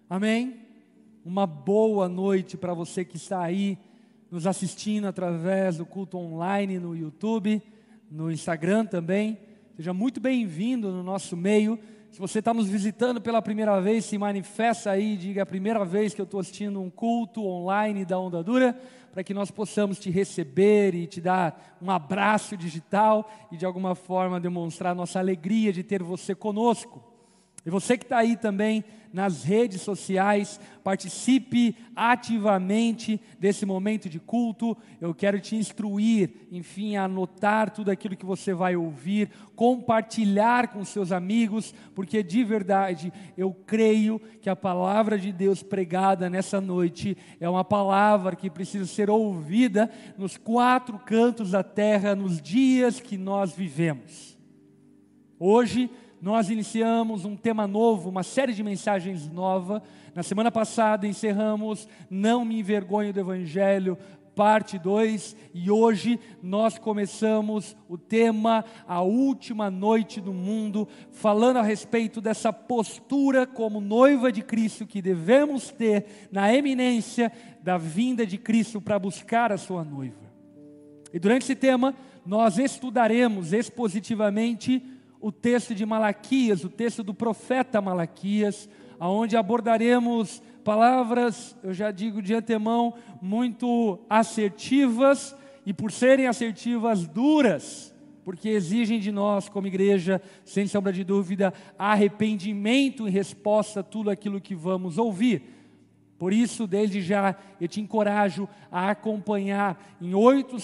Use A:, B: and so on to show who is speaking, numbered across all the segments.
A: Amém? Uma boa noite para você que está aí nos assistindo através do culto online no YouTube, no Instagram também. Seja muito bem-vindo no nosso meio. Se você está nos visitando pela primeira vez, se manifesta aí, diga a primeira vez que eu estou assistindo um culto online da Onda Dura, para que nós possamos te receber e te dar um abraço digital e de alguma forma demonstrar nossa alegria de ter você conosco. E você que está aí também nas redes sociais, participe ativamente desse momento de culto. Eu quero te instruir, enfim, a anotar tudo aquilo que você vai ouvir, compartilhar com seus amigos, porque de verdade eu creio que a palavra de Deus pregada nessa noite é uma palavra que precisa ser ouvida nos quatro cantos da terra, nos dias que nós vivemos. Hoje nós iniciamos um tema novo, uma série de mensagens nova. Na semana passada encerramos Não Me Envergonho do Evangelho, parte 2. E hoje nós começamos o tema A Última Noite do Mundo, falando a respeito dessa postura como noiva de Cristo que devemos ter na eminência da vinda de Cristo para buscar a sua noiva. E durante esse tema nós estudaremos expositivamente o texto de Malaquias, o texto do profeta Malaquias, onde abordaremos palavras, eu já digo de antemão, muito assertivas, e por serem assertivas, duras, porque exigem de nós, como igreja, sem sombra de dúvida, arrependimento em resposta a tudo aquilo que vamos ouvir. Por isso, desde já, eu te encorajo a acompanhar em 8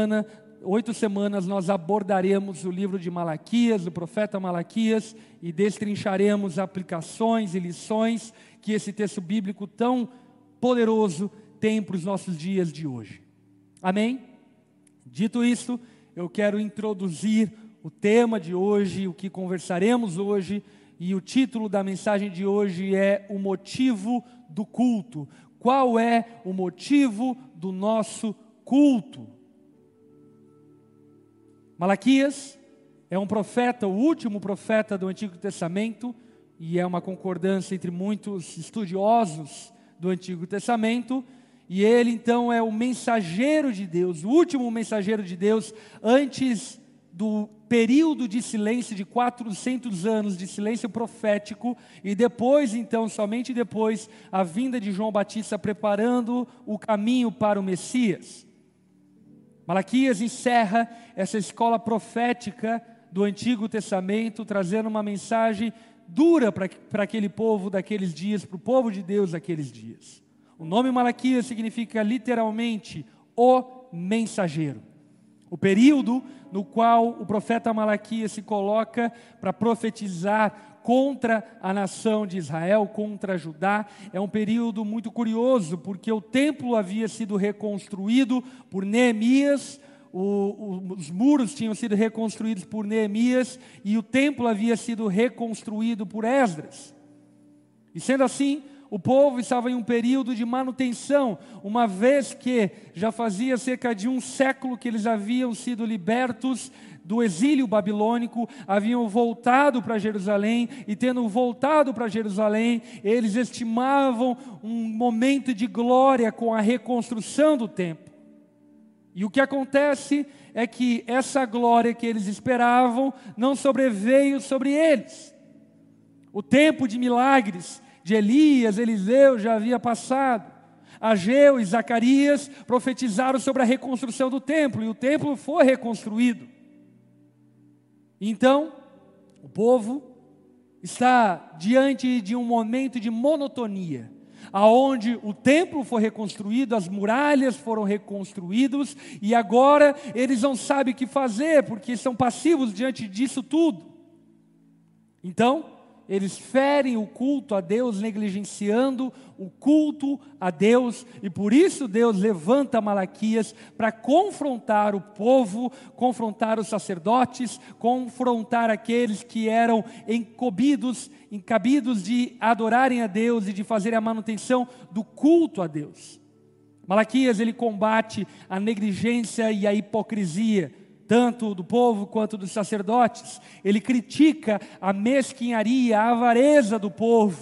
A: semanas nós abordaremos o livro de Malaquias, do profeta Malaquias, e destrincharemos aplicações e lições que esse texto bíblico tão poderoso tem para os nossos dias de hoje. Amém? Dito isso, eu quero introduzir o tema de hoje, o que conversaremos hoje, e o título da mensagem de hoje é O Motivo do Culto. Qual é o motivo do nosso culto? Malaquias é um profeta, o último profeta do Antigo Testamento, e é uma concordância entre muitos estudiosos do Antigo Testamento, e ele então é o mensageiro de Deus, o último mensageiro de Deus, antes do período de silêncio de 400 anos de silêncio profético, e depois então, somente depois, a vinda de João Batista preparando o caminho para o Messias. Malaquias encerra essa escola profética do Antigo Testamento, trazendo uma mensagem dura para aquele povo daqueles dias, para o povo de Deus daqueles dias. O nome Malaquias significa literalmente o mensageiro. O período no qual o profeta Malaquias se coloca para profetizar contra a nação de Israel, contra Judá, é um período muito curioso, porque o templo havia sido reconstruído por Neemias, os muros tinham sido reconstruídos por Neemias, e o templo havia sido reconstruído por Esdras. E sendo assim, o povo estava em um período de manutenção, uma vez que já fazia cerca de um século que eles haviam sido libertos do exílio babilônico, haviam voltado para Jerusalém, e tendo voltado para Jerusalém, eles estimavam um momento de glória com a reconstrução do templo. E o que acontece é que essa glória que eles esperavam não sobreveio sobre eles. O tempo de milagres de Elias, Eliseu já havia passado. Ageu e Zacarias profetizaram sobre a reconstrução do templo, e o templo foi reconstruído. Então, o povo está diante de um momento de monotonia, aonde o templo foi reconstruído, as muralhas foram reconstruídas, e agora eles não sabem o que fazer, porque estão passivos diante disso tudo. Então, eles ferem o culto a Deus, negligenciando o culto a Deus, e por isso Deus levanta Malaquias para confrontar o povo, confrontar os sacerdotes, confrontar aqueles que eram encabidos de adorarem a Deus e de fazerem a manutenção do culto a Deus. Malaquias, ele combate a negligência e a hipocrisia, tanto do povo quanto dos sacerdotes. Ele critica a mesquinharia, a avareza do povo,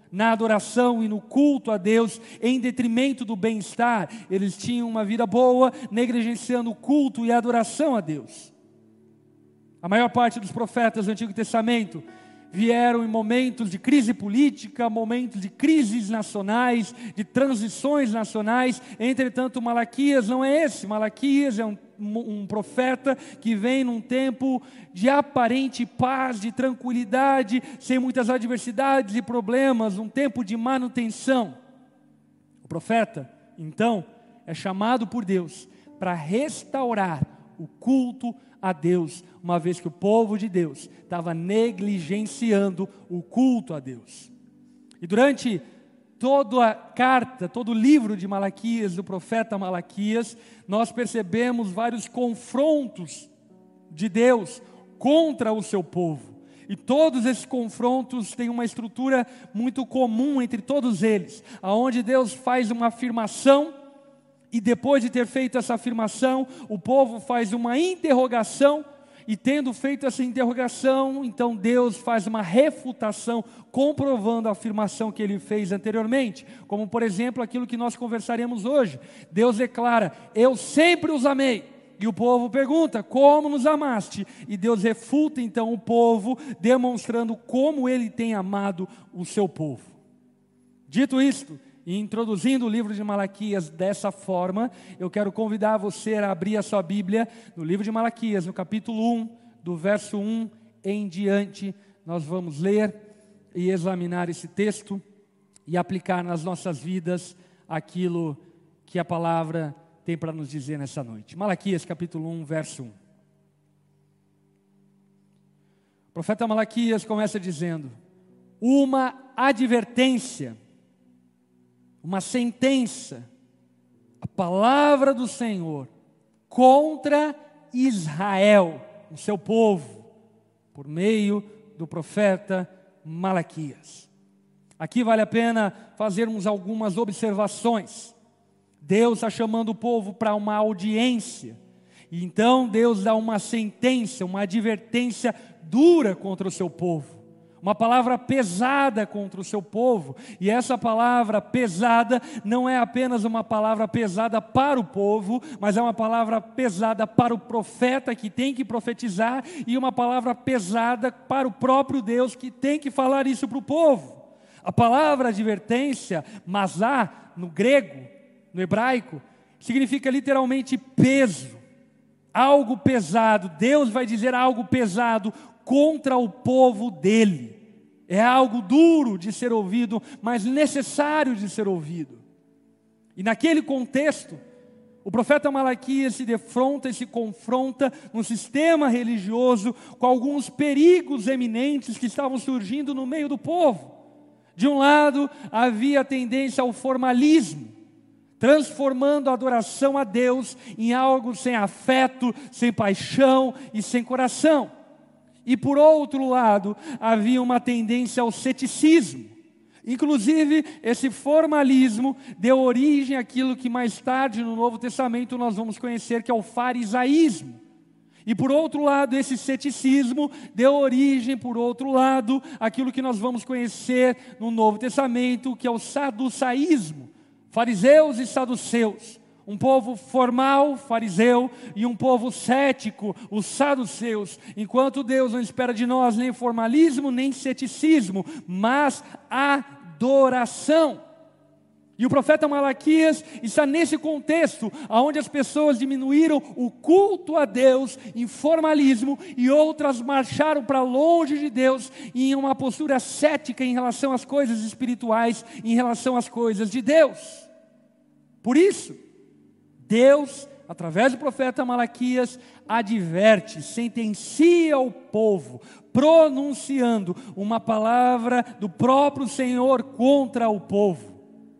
A: na adoração e no culto a Deus, em detrimento do bem-estar. Eles tinham uma vida boa, negligenciando o culto e a adoração a Deus. A maior parte dos profetas do Antigo Testamento vieram em momentos de crise política, momentos de crises nacionais, de transições nacionais. Entretanto, Malaquias não é esse. Malaquias é um profeta que vem num tempo de aparente paz, de tranquilidade, sem muitas adversidades e problemas, um tempo de manutenção. O profeta, então, é chamado por Deus para restaurar o culto a Deus, uma vez que o povo de Deus estava negligenciando o culto a Deus. E durante toda a carta, todo o livro de Malaquias, do profeta Malaquias, nós percebemos vários confrontos de Deus contra o seu povo. E todos esses confrontos têm uma estrutura muito comum entre todos eles, aonde Deus faz uma afirmação, e depois de ter feito essa afirmação, o povo faz uma interrogação, e tendo feito essa interrogação, então Deus faz uma refutação, comprovando a afirmação que ele fez anteriormente. Como, por exemplo, aquilo que nós conversaremos hoje. Deus declara: eu sempre os amei. E o povo pergunta: como nos amaste? E Deus refuta então o povo, demonstrando como ele tem amado o seu povo. Dito isto, e introduzindo o livro de Malaquias dessa forma, eu quero convidar você a abrir a sua Bíblia no livro de Malaquias, no capítulo 1, do verso 1 em diante. Nós vamos ler e examinar esse texto e aplicar nas nossas vidas aquilo que a palavra tem para nos dizer nessa noite. Malaquias, capítulo 1, verso 1. O profeta Malaquias começa dizendo: uma advertência, uma sentença, a palavra do Senhor contra Israel, o seu povo, por meio do profeta Malaquias. Aqui vale a pena fazermos algumas observações. Deus está chamando o povo para uma audiência, e então Deus dá uma sentença, uma advertência dura contra o seu povo. Uma palavra pesada contra o seu povo. E essa palavra pesada não é apenas uma palavra pesada para o povo, mas é uma palavra pesada para o profeta que tem que profetizar, e uma palavra pesada para o próprio Deus que tem que falar isso para o povo. A palavra advertência, masá, no grego, no hebraico, significa literalmente peso. Algo pesado. Deus vai dizer algo pesado contra o povo dele. É algo duro de ser ouvido, mas necessário de ser ouvido. E naquele contexto, o profeta Malaquias se defronta e se confronta num sistema religioso com alguns perigos eminentes que estavam surgindo no meio do povo. De um lado, havia a tendência ao formalismo, transformando a adoração a Deus em algo sem afeto, sem paixão e sem coração. E por outro lado, havia uma tendência ao ceticismo. Inclusive, esse formalismo deu origem àquilo que mais tarde no Novo Testamento nós vamos conhecer, que é o farisaísmo. E por outro lado, esse ceticismo deu origem, por outro lado, àquilo que nós vamos conhecer no Novo Testamento, que é o saducaísmo. Fariseus e saduceus. Um povo formal, fariseu, e um povo cético, os saduceus. Enquanto Deus não espera de nós nem formalismo, nem ceticismo, mas adoração. E o profeta Malaquias está nesse contexto, onde as pessoas diminuíram o culto a Deus em formalismo, e outras marcharam para longe de Deus em uma postura cética em relação às coisas espirituais, em relação às coisas de Deus. Por isso, Deus, através do profeta Malaquias, adverte, sentencia o povo, pronunciando uma palavra do próprio Senhor contra o povo.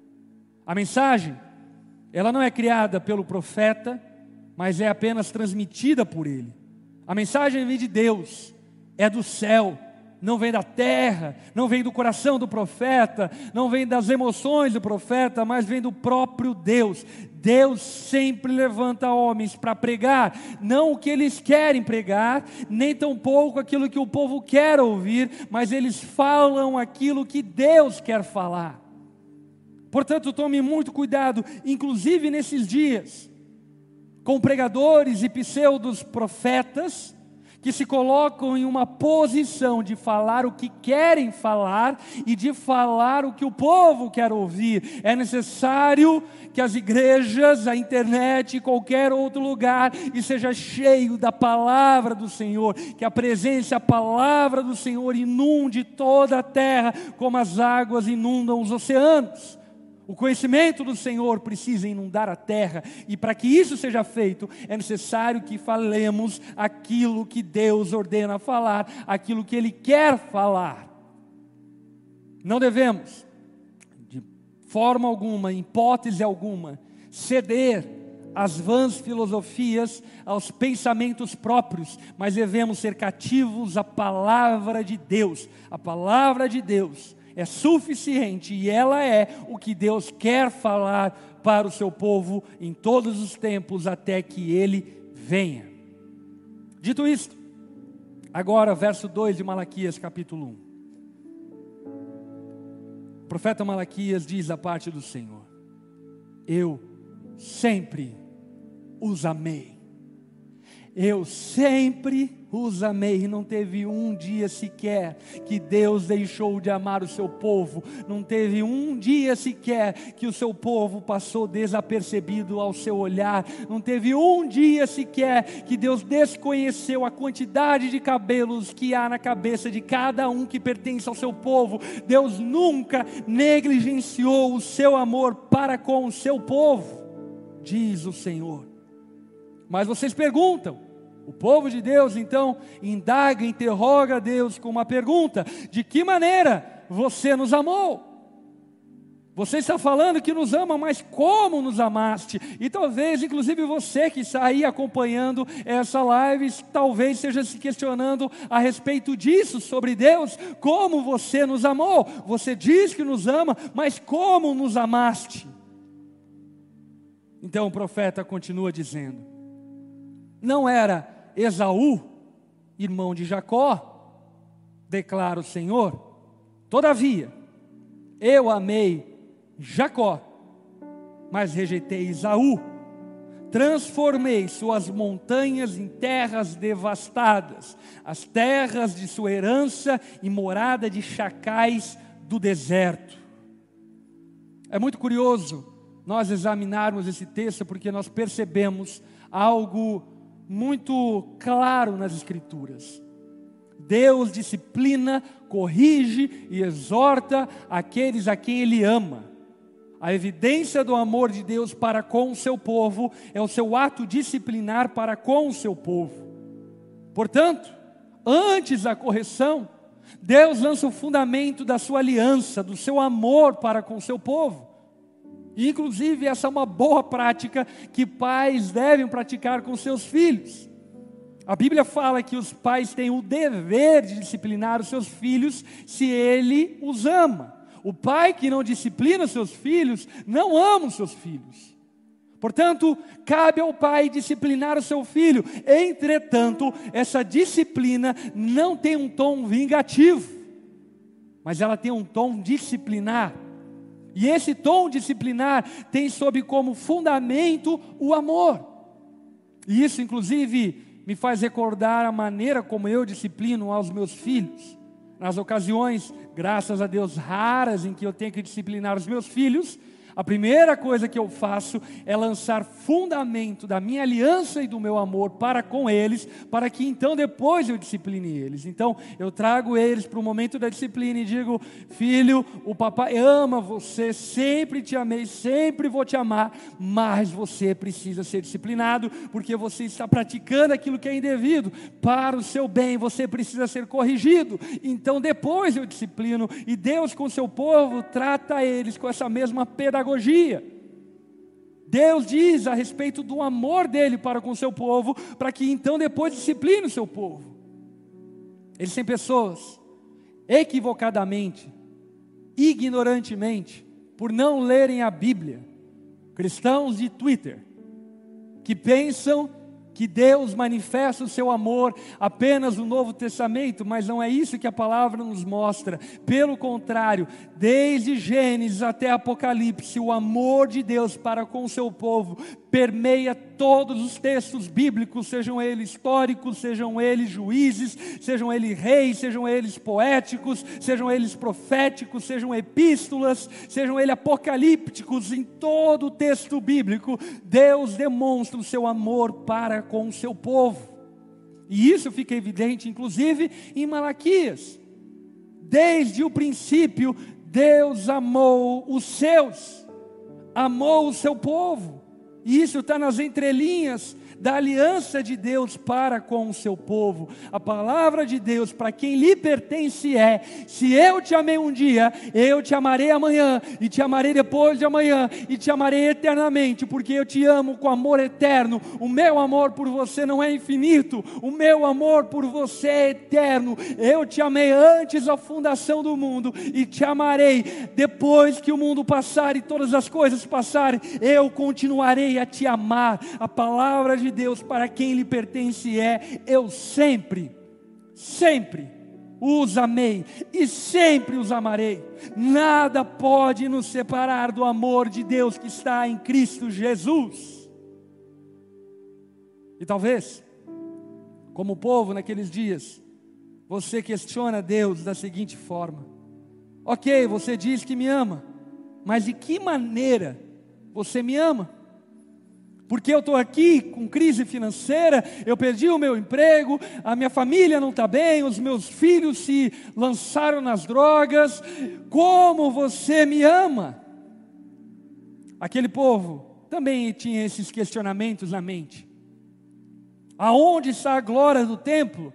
A: A mensagem, ela não é criada pelo profeta, mas é apenas transmitida por ele. A mensagem vem de Deus, é do céu, não vem da terra, não vem do coração do profeta, não vem das emoções do profeta, mas vem do próprio Deus. Deus sempre levanta homens para pregar, não o que eles querem pregar, nem tampouco aquilo que o povo quer ouvir, mas eles falam aquilo que Deus quer falar. Portanto, tome muito cuidado, inclusive nesses dias, com pregadores e pseudos profetas, que se colocam em uma posição de falar o que querem falar e de falar o que o povo quer ouvir. É necessário que as igrejas, a internet e qualquer outro lugar esteja cheio da palavra do Senhor, que a presença, a palavra do Senhor inunde toda a terra como as águas inundam os oceanos. O conhecimento do Senhor precisa inundar a terra, e para que isso seja feito, é necessário que falemos aquilo que Deus ordena falar, aquilo que Ele quer falar. Não devemos, de forma alguma, hipótese alguma, ceder às vãs filosofias, aos pensamentos próprios, mas devemos ser cativos à palavra de Deus. A palavra de Deus é suficiente e ela é o que Deus quer falar para o seu povo em todos os tempos até que Ele venha. Dito isto, agora verso 2 de Malaquias capítulo 1. O profeta Malaquias diz da parte do Senhor: eu sempre os amei. Eu sempre os amei. Não teve um dia sequer que Deus deixou de amar o seu povo. Não teve um dia sequer que o seu povo passou desapercebido ao seu olhar. Não teve um dia sequer que Deus desconheceu a quantidade de cabelos que há na cabeça de cada um que pertence ao seu povo. Deus nunca negligenciou o seu amor para com o seu povo, diz o Senhor. Mas vocês perguntam, o povo de Deus então indaga, interroga a Deus com uma pergunta: de que maneira você nos amou? Você está falando que nos ama, mas como nos amaste? E talvez, inclusive você que está aí acompanhando essa live, talvez esteja se questionando a respeito disso, sobre Deus. Como você nos amou? Você diz que nos ama, mas como nos amaste? Então o profeta continua dizendo: não era Esaú, irmão de Jacó, declara o Senhor, todavia, eu amei Jacó, mas rejeitei Esaú, transformei suas montanhas em terras devastadas, as terras de sua herança em morada de chacais do deserto. É muito curioso nós examinarmos esse texto, porque nós percebemos algo muito claro nas Escrituras. Deus disciplina, corrige e exorta aqueles a quem Ele ama. A evidência do amor de Deus para com o seu povo é o seu ato disciplinar para com o seu povo. Portanto, antes da correção, Deus lança o fundamento da sua aliança, do seu amor para com o seu povo. Inclusive, essa é uma boa prática que pais devem praticar com seus filhos. A Bíblia fala que os pais têm o dever de disciplinar os seus filhos se ele os ama. O pai que não disciplina os seus filhos, não ama os seus filhos. Portanto, cabe ao pai disciplinar o seu filho. Entretanto, essa disciplina não tem um tom vingativo, mas ela tem um tom disciplinar. E esse tom disciplinar tem sob como fundamento o amor. E isso, inclusive, me faz recordar a maneira como eu disciplino aos meus filhos. Nas ocasiões, graças a Deus, raras em que eu tenho que disciplinar os meus filhos, a primeira coisa que eu faço é lançar fundamento da minha aliança e do meu amor para com eles, para que então depois eu discipline eles. Então eu trago eles para o momento da disciplina e digo: filho, o papai ama você, sempre te amei, sempre vou te amar, mas você precisa ser disciplinado, porque você está praticando aquilo que é indevido, para o seu bem você precisa ser corrigido. Então depois eu disciplino, e Deus com o seu povo trata eles com essa mesma pedagogia. Deus diz a respeito do amor dele para com o seu povo, para que então depois discipline o seu povo. Eles têm pessoas equivocadamente, ignorantemente, por não lerem a Bíblia, cristãos de Twitter, que pensam que Deus manifesta o seu amor apenas no Novo Testamento, mas não é isso que a palavra nos mostra. Pelo contrário, desde Gênesis até Apocalipse, o amor de Deus para com o seu povo permeia todos os textos bíblicos, sejam eles históricos, sejam eles juízes, sejam eles reis, sejam eles poéticos, sejam eles proféticos, sejam epístolas, sejam eles apocalípticos. Em todo o texto bíblico, Deus demonstra o seu amor para com o seu povo. E isso fica evidente, inclusive, em Malaquias. Desde o princípio, Deus amou os seus, amou o seu povo. E isso está nas entrelinhas da aliança de Deus para com o seu povo. A palavra de Deus para quem lhe pertence é: se eu te amei um dia, eu te amarei amanhã, e te amarei depois de amanhã, e te amarei eternamente, porque eu te amo com amor eterno. O meu amor por você não é infinito, o meu amor por você é eterno. Eu te amei antes da fundação do mundo, e te amarei depois que o mundo passar e todas as coisas passarem. Eu continuarei a te amar. A palavra de Deus para quem lhe pertence é: eu sempre os amei e sempre os amarei. Nada pode nos separar do amor de Deus que está em Cristo Jesus. E talvez, como o povo naqueles dias, você questiona Deus da seguinte forma: ok, você diz que me ama, mas de que maneira você me ama? Porque eu estou aqui com crise financeira, eu perdi o meu emprego, a minha família não está bem, os meus filhos se lançaram nas drogas. Como você me ama? Aquele povo também tinha esses questionamentos na mente. Aonde está a glória do templo?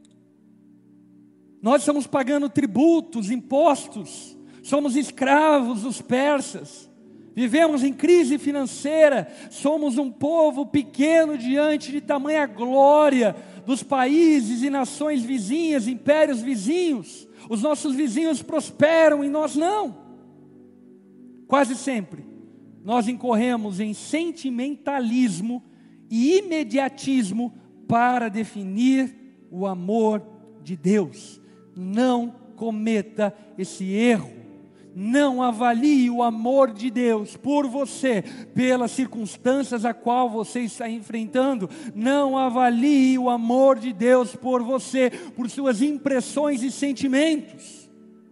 A: Nós estamos pagando tributos, impostos, somos escravos dos persas. Vivemos em crise financeira, somos um povo pequeno diante de tamanha glória dos países e nações vizinhas, impérios vizinhos. Os nossos vizinhos prosperam e nós não. Quase sempre, nós incorremos em sentimentalismo e imediatismo para definir o amor de Deus. Não cometa esse erro. Não avalie o amor de Deus por você pelas circunstâncias a qual você está enfrentando. Não avalie o amor de Deus por você por suas impressões e sentimentos.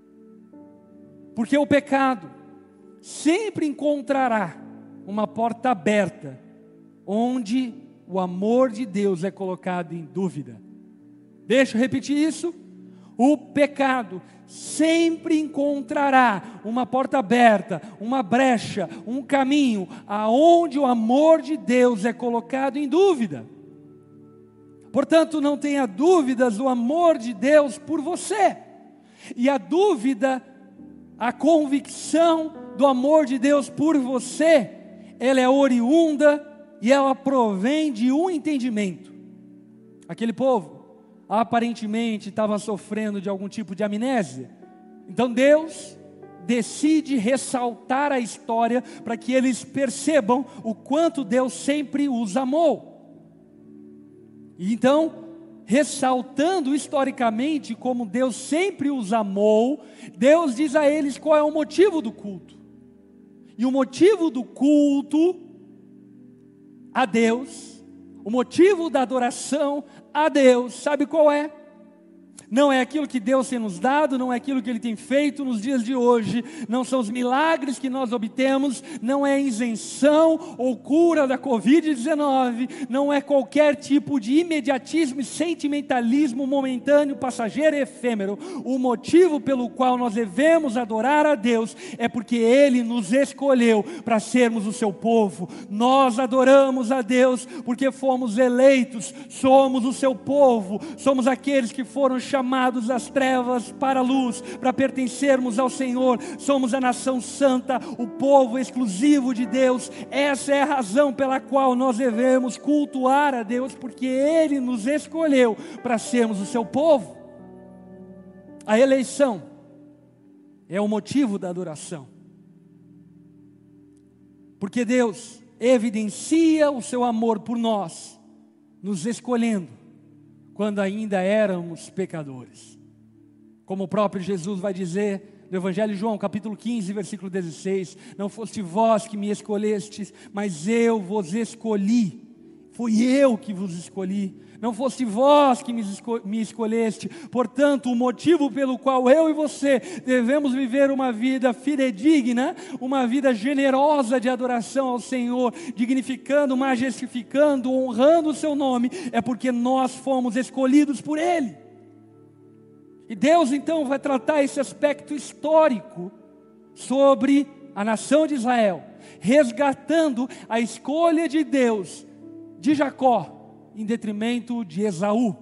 A: Porque o pecado sempre encontrará uma porta aberta onde o amor de Deus é colocado em dúvida. Deixa eu repetir isso. O pecado sempre encontrará uma porta aberta, uma brecha, um caminho, aonde o amor de Deus é colocado em dúvida. Portanto, não tenha dúvidas do amor de Deus por você. E a dúvida, a convicção do amor de Deus por você, ela é oriunda e ela provém de um entendimento. Aquele povo aparentemente estava sofrendo de algum tipo de amnésia. Então Deus decide ressaltar a história para que eles percebam o quanto Deus sempre os amou. E então, ressaltando historicamente como Deus sempre os amou, Deus diz a eles qual é o motivo do culto. E o motivo do culto a Deus, o motivo da adoração a Deus, sabe qual é? Não é aquilo que Deus tem nos dado, não é aquilo que Ele tem feito nos dias de hoje, não são os milagres que nós obtemos, não é isenção ou cura da Covid-19, não é qualquer tipo de imediatismo e sentimentalismo momentâneo, passageiro e efêmero. O motivo pelo qual nós devemos adorar a Deus é porque Ele nos escolheu para sermos o seu povo. Nós adoramos a Deus porque fomos eleitos, somos o seu povo, somos aqueles que foram chamados das trevas para a luz, para pertencermos ao Senhor. Somos a nação santa, o povo exclusivo de Deus. Essa é a razão pela qual nós devemos cultuar a Deus, porque Ele nos escolheu para sermos o seu povo. A eleição é o motivo da adoração. Porque Deus evidencia o seu amor por nós, nos escolhendo, quando ainda éramos pecadores. Como o próprio Jesus vai dizer no Evangelho de João, capítulo 15, versículo 16, não foste vós que me escolhestes, mas eu vos escolhi. Fui eu que vos escolhi. Não foste vós que me escolheste. Portanto, o motivo pelo qual eu e você devemos viver uma vida fidedigna, uma vida generosa de adoração ao Senhor, dignificando, majestificando, honrando o seu nome, é porque nós fomos escolhidos por Ele. E Deus então vai tratar esse aspecto histórico sobre a nação de Israel, resgatando a escolha de Deus de Jacó em detrimento de Esaú.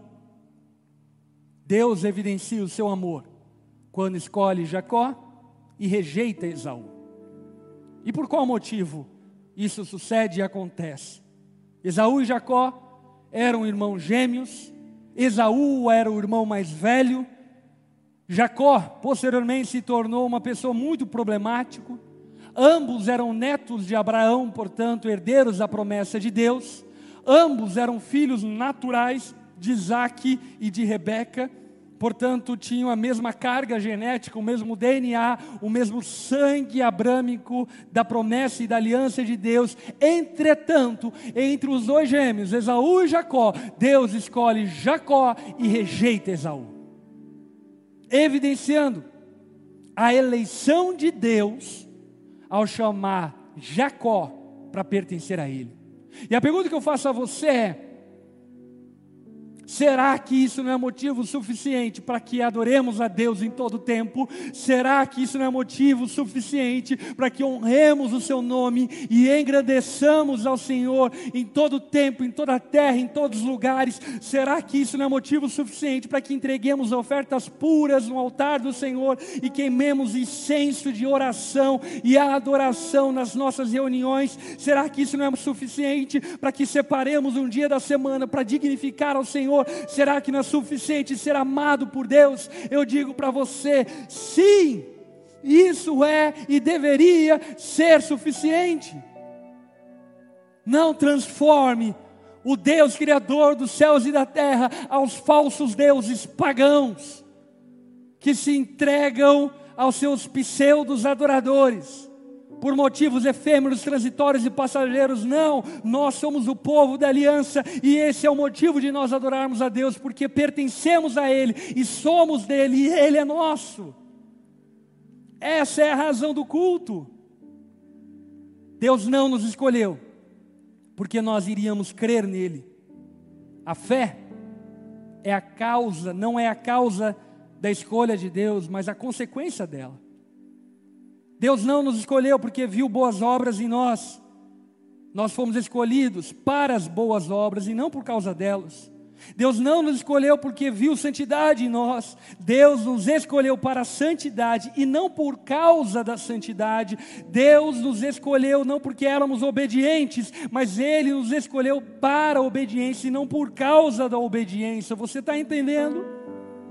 A: Deus evidencia o seu amor quando escolhe Jacó e rejeita Esaú. E por qual motivo isso sucede e acontece? Esaú e Jacó eram irmãos gêmeos. Esaú era o irmão mais velho. Jacó posteriormente se tornou uma pessoa muito problemática. Ambos eram netos de Abraão, portanto herdeiros da promessa de Deus. Ambos eram filhos naturais de Isaque e de Rebeca, portanto tinham a mesma carga genética, o mesmo DNA, o mesmo sangue abrâmico da promessa e da aliança de Deus. Entretanto, entre os dois gêmeos, Esaú e Jacó, Deus escolhe Jacó e rejeita Esaú, evidenciando a eleição de Deus ao chamar Jacó para pertencer a Ele. E a pergunta que eu faço a você é: será que isso não é motivo suficiente para que adoremos a Deus em todo tempo? Será que isso não é motivo suficiente para que honremos o seu nome e engrandeçamos ao Senhor em todo tempo, em toda a terra, em todos os lugares? Será que isso não é motivo suficiente para que entreguemos ofertas puras no altar do Senhor e queimemos incenso de oração e adoração nas nossas reuniões? Será que isso não é suficiente para que separemos um dia da semana para dignificar ao Senhor? Será que não é suficiente ser amado por Deus? Eu digo para você, sim, isso é e deveria ser suficiente. Não transforme o Deus Criador dos céus e da terra aos falsos deuses pagãos, que se entregam aos seus pseudos adoradores, por motivos efêmeros, transitórios e passageiros. Não, nós somos o povo da aliança, e esse é o motivo de nós adorarmos a Deus, porque pertencemos a Ele, e somos dEle, e Ele é nosso. Essa é a razão do culto. Deus não nos escolheu porque nós iríamos crer nele. A fé é a causa, não é a causa da escolha de Deus, mas a consequência dela. Deus não nos escolheu porque viu boas obras em nós. Nós fomos escolhidos para as boas obras e não por causa delas. Deus não nos escolheu porque viu santidade em nós. Deus nos escolheu para a santidade e não por causa da santidade. Deus nos escolheu não porque éramos obedientes, mas Ele nos escolheu para a obediência e não por causa da obediência. Você está entendendo?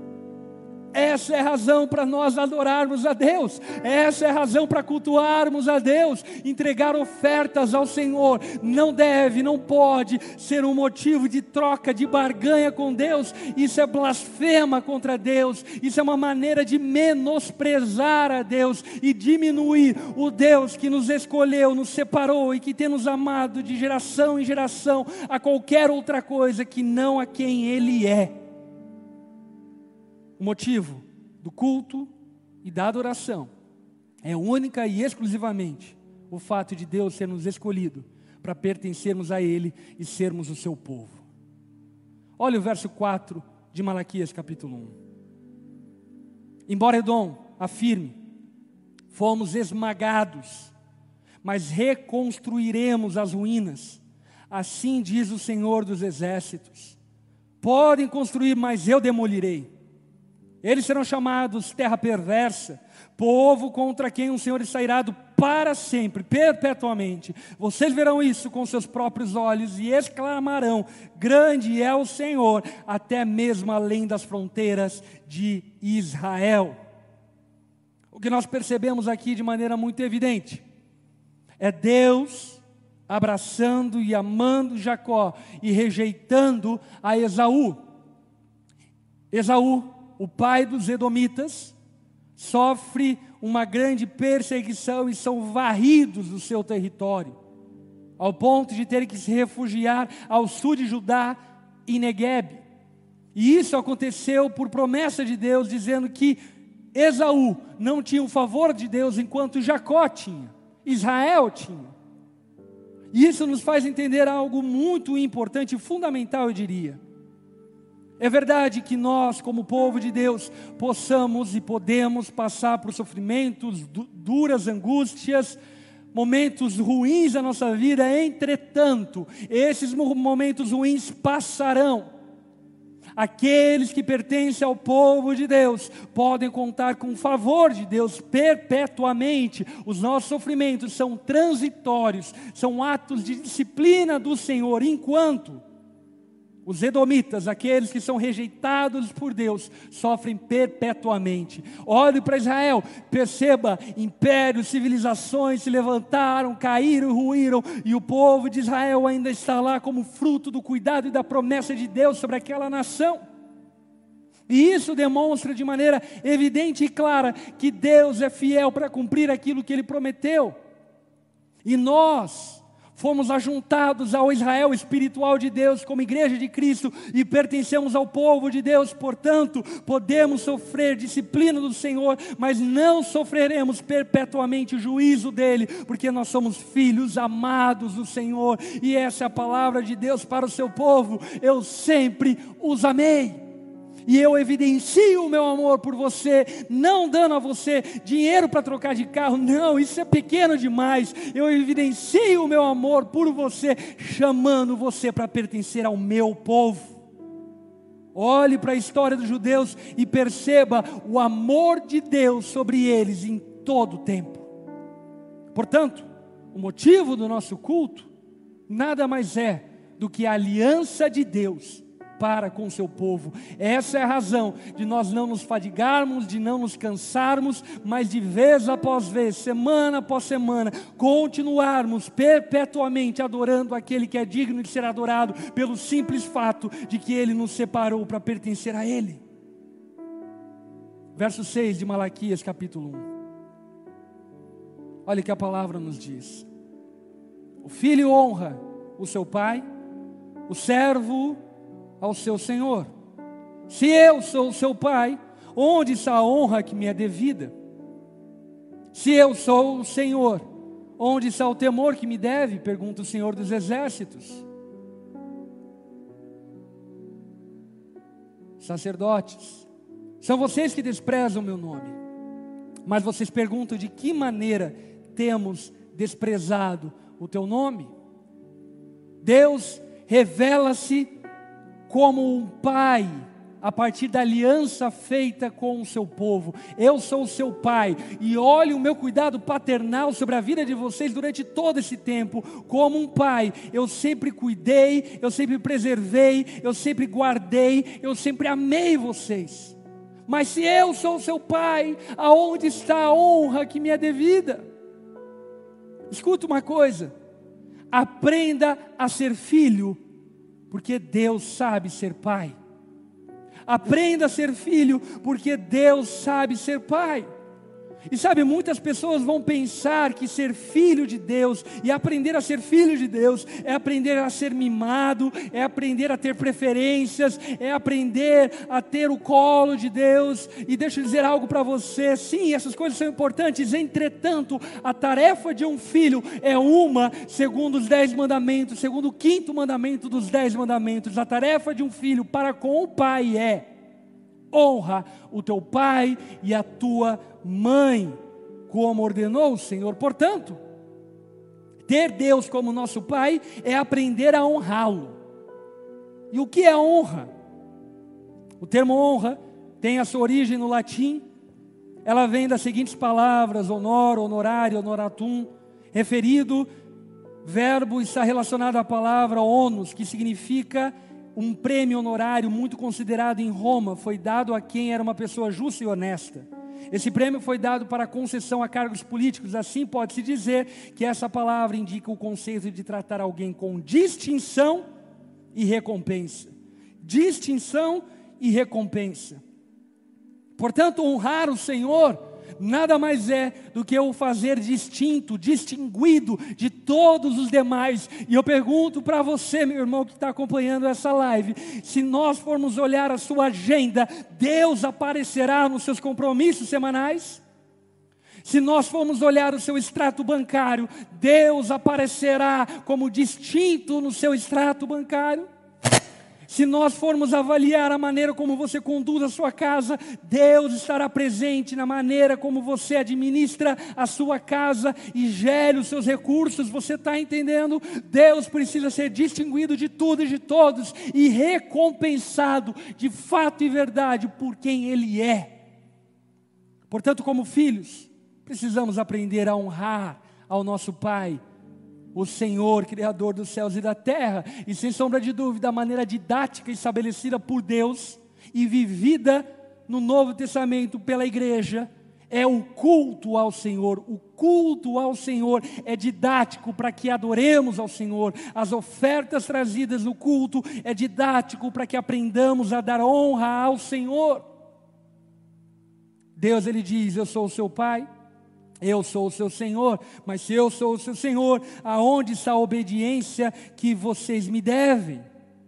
A: Essa é a razão para nós adorarmos a Deus. Essa é a razão para cultuarmos a Deus. Entregar ofertas ao Senhor não deve, não pode ser um motivo de troca, de barganha com Deus. Isso é blasfema contra Deus. Isso é uma maneira de menosprezar a Deus e diminuir o Deus que nos escolheu, nos separou e que tem nos amado de geração em geração a qualquer outra coisa que não a quem Ele é. O motivo do culto e da adoração é única e exclusivamente o fato de Deus ter nos escolhido para pertencermos a Ele e sermos o seu povo. Olha o verso 4 de Malaquias capítulo 1. Embora Edom afirme, fomos esmagados, mas reconstruiremos as ruínas, assim diz o Senhor dos exércitos. Podem construir, mas eu demolirei. Eles serão chamados terra perversa, povo contra quem o Senhor está irado para sempre, perpetuamente. Vocês verão isso com seus próprios olhos e exclamarão: grande é o Senhor, até mesmo além das fronteiras de Israel. O que nós percebemos aqui de maneira muito evidente é Deus abraçando e amando Jacó e rejeitando a Esaú. Esaú, o pai dos edomitas, sofre uma grande perseguição e são varridos do seu território, ao ponto de terem que se refugiar ao sul de Judá, em Neguebe. E isso aconteceu por promessa de Deus, dizendo que Esaú não tinha o favor de Deus enquanto Jacó tinha, Israel tinha. E isso nos faz entender algo muito importante e fundamental, eu diria. É verdade que nós, como povo de Deus, possamos e podemos passar por sofrimentos, duras angústias, momentos ruins da nossa vida. Entretanto, esses momentos ruins passarão. Aqueles que pertencem ao povo de Deus podem contar com o favor de Deus perpetuamente. Os nossos sofrimentos são transitórios, são atos de disciplina do Senhor, enquanto os edomitas, aqueles que são rejeitados por Deus, sofrem perpetuamente. Olhe para Israel, perceba, impérios, civilizações se levantaram, caíram, ruíram, e o povo de Israel ainda está lá como fruto do cuidado e da promessa de Deus sobre aquela nação. E isso demonstra de maneira evidente e clara que Deus é fiel para cumprir aquilo que Ele prometeu. E nós fomos ajuntados ao Israel espiritual de Deus como igreja de Cristo e pertencemos ao povo de Deus. Portanto, podemos sofrer disciplina do Senhor, mas não sofreremos perpetuamente o juízo dEle, porque nós somos filhos amados do Senhor. E essa é a palavra de Deus para o seu povo: eu sempre os amei. E eu evidencio o meu amor por você, não dando a você dinheiro para trocar de carro, não, isso é pequeno demais. Eu evidencio o meu amor por você, chamando você para pertencer ao meu povo. Olhe para a história dos judeus e perceba o amor de Deus sobre eles em todo o tempo. Portanto, o motivo do nosso culto nada mais é do que a aliança de Deus para com o seu povo. Essa é a razão de nós não nos fadigarmos, de não nos cansarmos, mas de vez após vez, semana após semana, continuarmos perpetuamente adorando aquele que é digno de ser adorado, pelo simples fato de que Ele nos separou para pertencer a Ele. Verso 6 de Malaquias capítulo 1. Olha o que a palavra nos diz: o filho honra o seu pai, o servo ao seu senhor. Se eu sou o seu pai, onde está a honra que me é devida? Se eu sou o Senhor, onde está o temor que me deve? Pergunta o Senhor dos Exércitos. Sacerdotes, são vocês que desprezam o meu nome, mas vocês perguntam: de que maneira temos desprezado o teu nome? Deus revela-se como um pai, a partir da aliança feita com o seu povo. Eu sou o seu pai, e olhe o meu cuidado paternal sobre a vida de vocês durante todo esse tempo. Como um pai, eu sempre cuidei, eu sempre preservei, eu sempre guardei, eu sempre amei vocês. Mas se eu sou o seu pai, aonde está a honra que me é devida? Escuta uma coisa: aprenda a ser filho, porque Deus sabe ser pai. Aprenda a ser filho, porque Deus sabe ser pai. E sabe, muitas pessoas vão pensar que ser filho de Deus e aprender a ser filho de Deus é aprender a ser mimado, é aprender a ter preferências, é aprender a ter o colo de Deus. E deixa eu dizer algo para você: sim, essas coisas são importantes. Entretanto, a tarefa de um filho é uma, segundo os 10 mandamentos, segundo o 5º mandamento dos 10 mandamentos. A tarefa de um filho para com o pai é: honra o teu pai e a tua mãe, como ordenou o Senhor. Portanto, ter Deus como nosso pai é aprender a honrá-lo. E o que é honra? O termo honra tem a sua origem no latim. Ela vem das seguintes palavras: honor, honorare, honoratum. Referido, verbo está relacionado à palavra onus, que significa um prêmio honorário muito considerado em Roma. Foi dado a quem era uma pessoa justa e honesta. Esse prêmio foi dado para concessão a cargos políticos. Assim pode-se dizer que essa palavra indica o conceito de tratar alguém com distinção e recompensa. Distinção e recompensa. Portanto, honrar o Senhor nada mais é do que o fazer distinto, distinguido de todos os demais. E eu pergunto para você, meu irmão que está acompanhando essa live, se nós formos olhar a sua agenda, Deus aparecerá nos seus compromissos semanais? Se nós formos olhar o seu extrato bancário, Deus aparecerá como distinto no seu extrato bancário? Se nós formos avaliar a maneira como você conduz a sua casa, Deus estará presente na maneira como você administra a sua casa e gere os seus recursos. Você está entendendo? Deus precisa ser distinguido de tudo e de todos e recompensado de fato e verdade por quem Ele é. Portanto, como filhos, precisamos aprender a honrar ao nosso Pai, o Senhor, Criador dos céus e da terra. E sem sombra de dúvida, a maneira didática estabelecida por Deus e vivida no Novo Testamento pela igreja é o culto ao Senhor. O culto ao Senhor é didático para que adoremos ao Senhor. As ofertas trazidas no culto é didático para que aprendamos a dar honra ao Senhor. Deus, Ele diz: eu sou o seu Pai, eu sou o seu Senhor. Mas se eu sou o seu Senhor, aonde está a obediência que vocês me devem?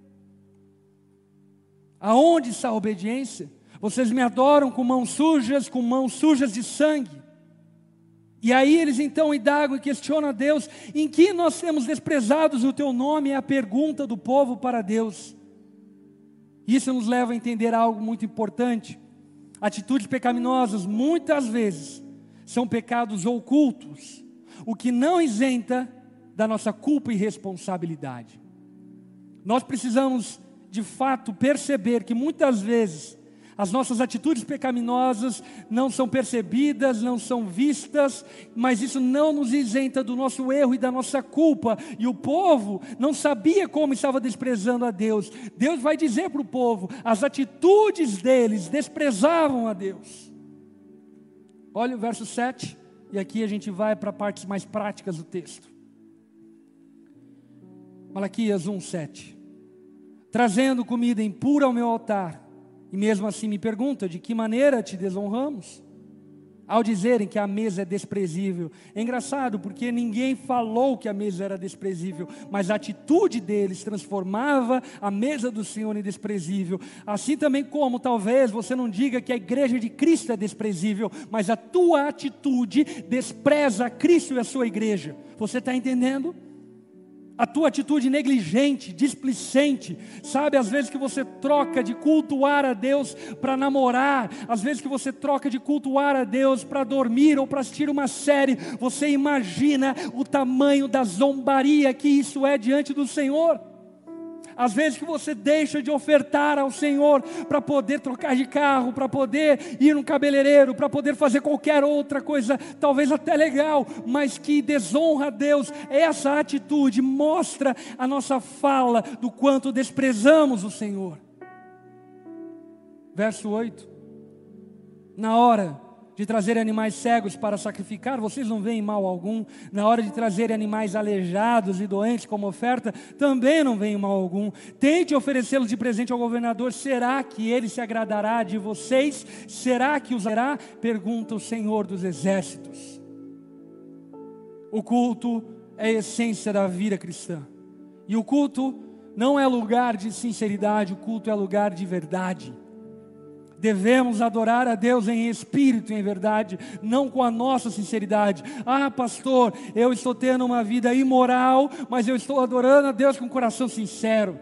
A: Aonde está a obediência? Vocês me adoram com mãos sujas de sangue. E aí eles então indagam e questionam a Deus: em que nós temos desprezados o teu nome? É a pergunta do povo para Deus. Isso nos leva a entender algo muito importante. Atitudes pecaminosas, muitas vezes, são pecados ocultos, o que não isenta da nossa culpa e responsabilidade. Nós precisamos, de fato, perceber que muitas vezes as nossas atitudes pecaminosas não são percebidas, não são vistas, mas isso não nos isenta do nosso erro e da nossa culpa. E o povo não sabia como estava desprezando a Deus. Deus vai dizer para o povo: as atitudes deles desprezavam a Deus. Olha o verso 7, e aqui a gente vai para partes mais práticas do texto. Malaquias 1:7. Trazendo comida impura ao meu altar, e mesmo assim me pergunta: de que maneira te desonramos? Ao dizerem que a mesa é desprezível. É engraçado, porque ninguém falou que a mesa era desprezível, mas a atitude deles transformava a mesa do Senhor em desprezível. Assim também como talvez você não diga que a igreja de Cristo é desprezível, mas a tua atitude despreza a Cristo e a sua igreja. Você está entendendo? A tua atitude negligente, displicente, sabe, às vezes que você troca de cultuar a Deus para namorar, às vezes que você troca de cultuar a Deus para dormir ou para assistir uma série, você imagina o tamanho da zombaria que isso é diante do Senhor. Às vezes que você deixa de ofertar ao Senhor para poder trocar de carro, para poder ir no cabeleireiro, para poder fazer qualquer outra coisa, talvez até legal, mas que desonra a Deus. Essa atitude mostra a nossa fala do quanto desprezamos o Senhor. Verso 8. Na hora de trazer animais cegos para sacrificar, vocês não veem mal algum. Na hora de trazer animais aleijados e doentes como oferta, também não veem mal algum. Tente oferecê-los de presente ao governador. Será que ele se agradará de vocês? Será que os dará? Pergunta o Senhor dos Exércitos. O culto é a essência da vida cristã. E o culto não é lugar de sinceridade, o culto é lugar de verdade. Devemos adorar a Deus em espírito e em verdade, não com a nossa sinceridade. Ah, pastor, eu estou tendo uma vida imoral, mas eu estou adorando a Deus com o coração sincero.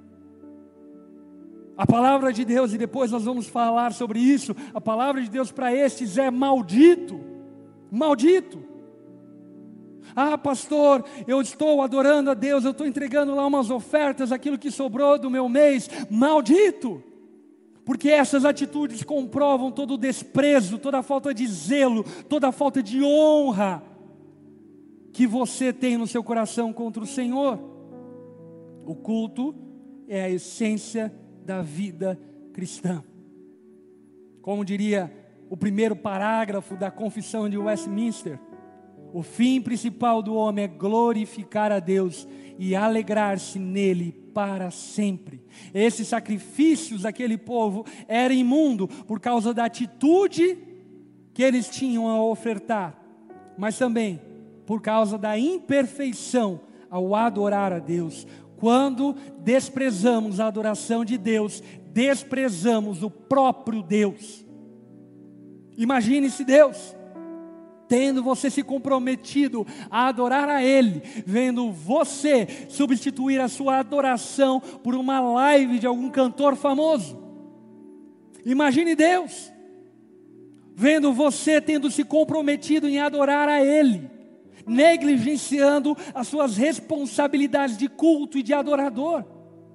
A: A palavra de Deus, e depois nós vamos falar sobre isso, a palavra de Deus para estes é maldito. Maldito. Ah, pastor, eu estou adorando a Deus, eu estou entregando lá umas ofertas, aquilo que sobrou do meu mês. Maldito. Porque essas atitudes comprovam todo o desprezo, toda a falta de zelo, toda a falta de honra que você tem no seu coração contra o Senhor. O culto é a essência da vida cristã. Como diria o primeiro parágrafo da Confissão de Westminster, o fim principal do homem é glorificar a Deus e alegrar-se nele para sempre. Esses sacrifícios daquele povo eram imundos por causa da atitude que eles tinham a ofertar, mas também por causa da imperfeição ao adorar a Deus. Quando desprezamos a adoração de Deus, desprezamos o próprio Deus. Imagine se Deus, tendo você se comprometido a adorar a Ele, vendo você substituir a sua adoração por uma live de algum cantor famoso. Imagine Deus, vendo você tendo se comprometido em adorar a Ele, negligenciando as suas responsabilidades de culto e de adorador.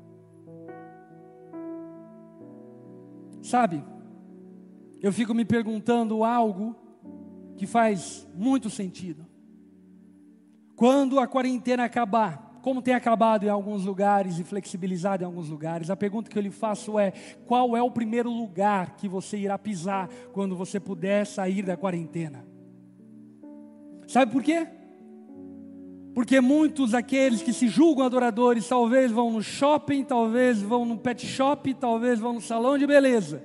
A: Sabe, eu fico me perguntando algo que faz muito sentido. Quando a quarentena acabar, como tem acabado em alguns lugares e flexibilizado em alguns lugares, a pergunta que eu lhe faço é: qual é o primeiro lugar que você irá pisar quando você puder sair da quarentena? Sabe por quê? Porque muitos daqueles que se julgam adoradores talvez vão no shopping, talvez vão no pet shop, talvez vão no salão de beleza,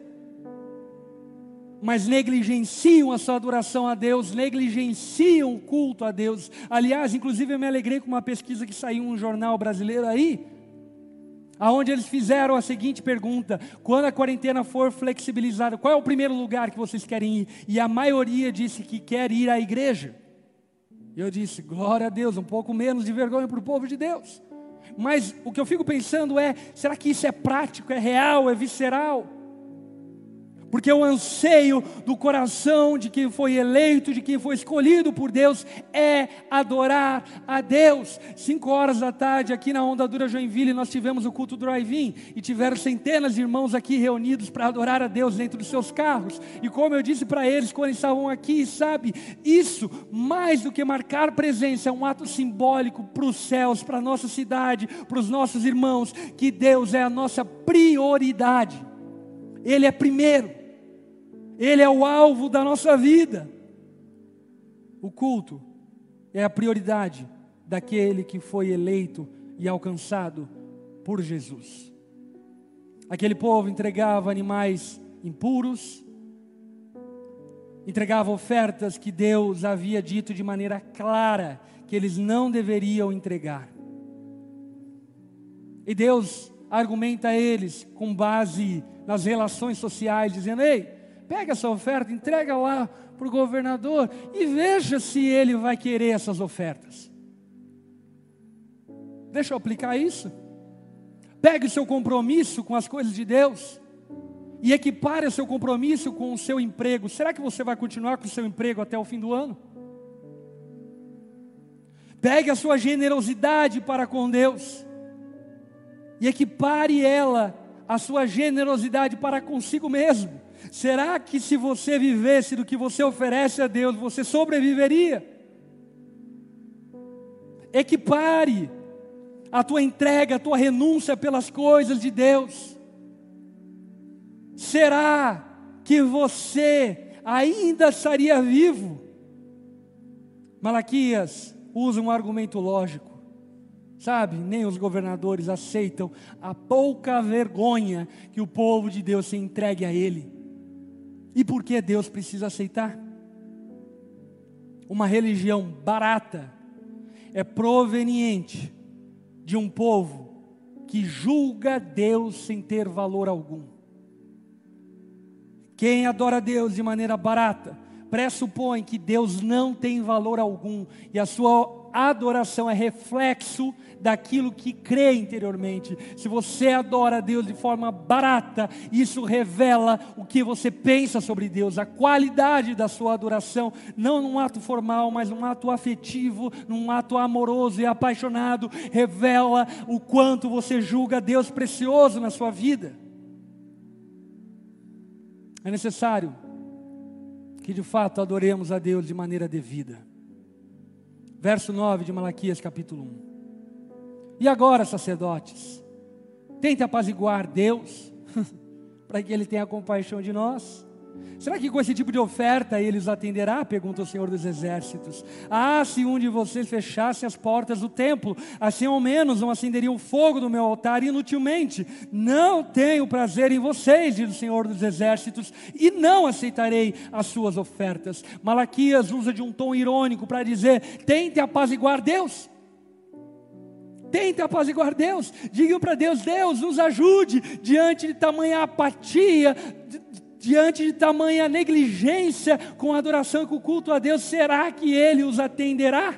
A: mas negligenciam a sua adoração a Deus, negligenciam o culto a Deus. Aliás, inclusive eu me alegrei com uma pesquisa que saiu em um jornal brasileiro aí, aonde eles fizeram a seguinte pergunta: quando a quarentena for flexibilizada, qual é o primeiro lugar que vocês querem ir? E a maioria disse que quer ir à igreja. Eu disse, glória a Deus, um pouco menos de vergonha para o povo de Deus. Mas o que eu fico pensando é, será que isso é prático, é real, é visceral? Porque o anseio do coração de quem foi eleito, de quem foi escolhido por Deus, é adorar a Deus. 5 da tarde, aqui na Onda Dura Joinville, nós tivemos o culto drive-in, e tiveram centenas de irmãos aqui reunidos para adorar a Deus dentro dos seus carros. E como eu disse para eles quando eles estavam aqui, sabe, isso, mais do que marcar presença, é um ato simbólico para os céus, para a nossa cidade, para os nossos irmãos, que Deus é a nossa prioridade. Ele é primeiro. Ele é o alvo da nossa vida. O culto é a prioridade daquele que foi eleito e alcançado por Jesus. Aquele povo entregava animais impuros, entregava ofertas que Deus havia dito de maneira clara que eles não deveriam entregar. E Deus argumenta a eles com base nas relações sociais, dizendo: ei, pega essa oferta, entrega lá para o governador e veja se ele vai querer essas ofertas. Deixa eu aplicar isso. Pegue o seu compromisso com as coisas de Deus e equipare o seu compromisso com o seu emprego. Será que você vai continuar com o seu emprego até o fim do ano? Pegue a sua generosidade para com Deus e equipare ela, a sua generosidade para consigo mesmo. Será que se você vivesse do que você oferece a Deus, você sobreviveria? Equipare a tua entrega, a tua renúncia pelas coisas de Deus. Será que você ainda estaria vivo? Malaquias usa um argumento lógico. Sabe, nem os governadores aceitam a pouca vergonha que o povo de Deus se entregue a Ele. E por que Deus precisa aceitar? Uma religião barata é proveniente de um povo que julga Deus sem ter valor algum. Quem adora Deus de maneira barata pressupõe que Deus não tem valor algum, e a sua adoração é reflexo daquilo que crê interiormente. Se você adora a Deus de forma barata, isso revela o que você pensa sobre Deus, a qualidade da sua adoração, não num ato formal, mas num ato afetivo, num ato amoroso e apaixonado, revela o quanto você julga Deus precioso na sua vida. É necessário que de fato adoremos a Deus de maneira devida. Verso 9 de Malaquias capítulo 1. E agora, sacerdotes, tente apaziguar Deus, para que Ele tenha compaixão de nós. Será que com esse tipo de oferta Ele os atenderá? Pergunta o Senhor dos Exércitos. Ah, se um de vocês fechasse as portas do templo, assim ao menos não acenderiam o fogo do meu altar inutilmente. Não tenho prazer em vocês, diz o Senhor dos Exércitos, e não aceitarei as suas ofertas. Malaquias usa de um tom irônico para dizer: tente apaziguar Deus. Tente apaziguar Deus. Digam para Deus: Deus, nos ajude diante de tamanha apatia, diante de tamanha negligência com a adoração e com o culto a Deus. Será que Ele os atenderá?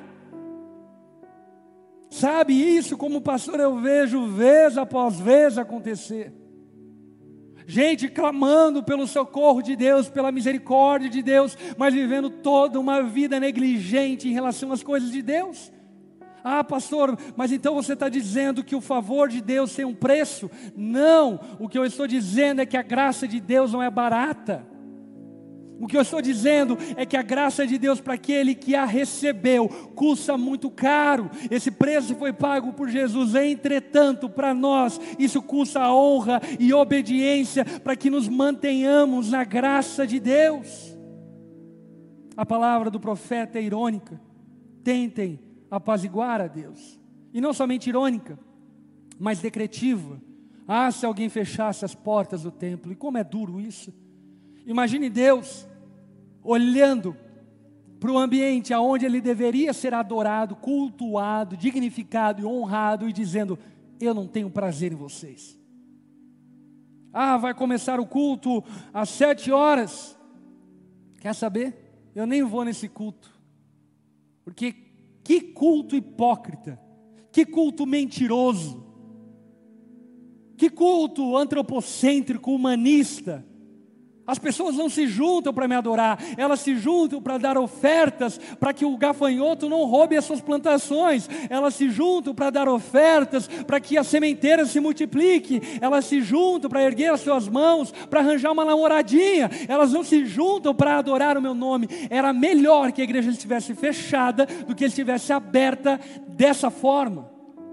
A: Sabe, isso como pastor eu vejo vez após vez acontecer. Gente clamando pelo socorro de Deus, pela misericórdia de Deus, mas vivendo toda uma vida negligente em relação às coisas de Deus. Ah, pastor, mas então você está dizendo que o favor de Deus tem um preço? Não, o que eu estou dizendo é que a graça de Deus não é barata. O que eu estou dizendo é que a graça de Deus para aquele que a recebeu custa muito caro. Esse preço foi pago por Jesus. Entretanto, para nós isso custa honra e obediência para que nos mantenhamos na graça de Deus. A palavra do profeta é irônica. Tentem apaziguar a Deus, e não somente irônica, mas decretiva. Ah, se alguém fechasse as portas do templo. E como é duro isso. Imagine Deus olhando para o ambiente aonde Ele deveria ser adorado, cultuado, dignificado e honrado, e dizendo: eu não tenho prazer em vocês. Ah, vai começar o culto às 7 horas. Quer saber? Eu nem vou nesse culto, porque que culto hipócrita, que culto mentiroso, que culto antropocêntrico, humanista. As pessoas não se juntam para me adorar, elas se juntam para dar ofertas, para que o gafanhoto não roube as suas plantações. Elas se juntam para dar ofertas, para que a sementeira se multiplique. Elas se juntam para erguer as suas mãos, para arranjar uma namoradinha. Elas não se juntam para adorar o meu nome. Era melhor que a igreja estivesse fechada do que estivesse aberta dessa forma.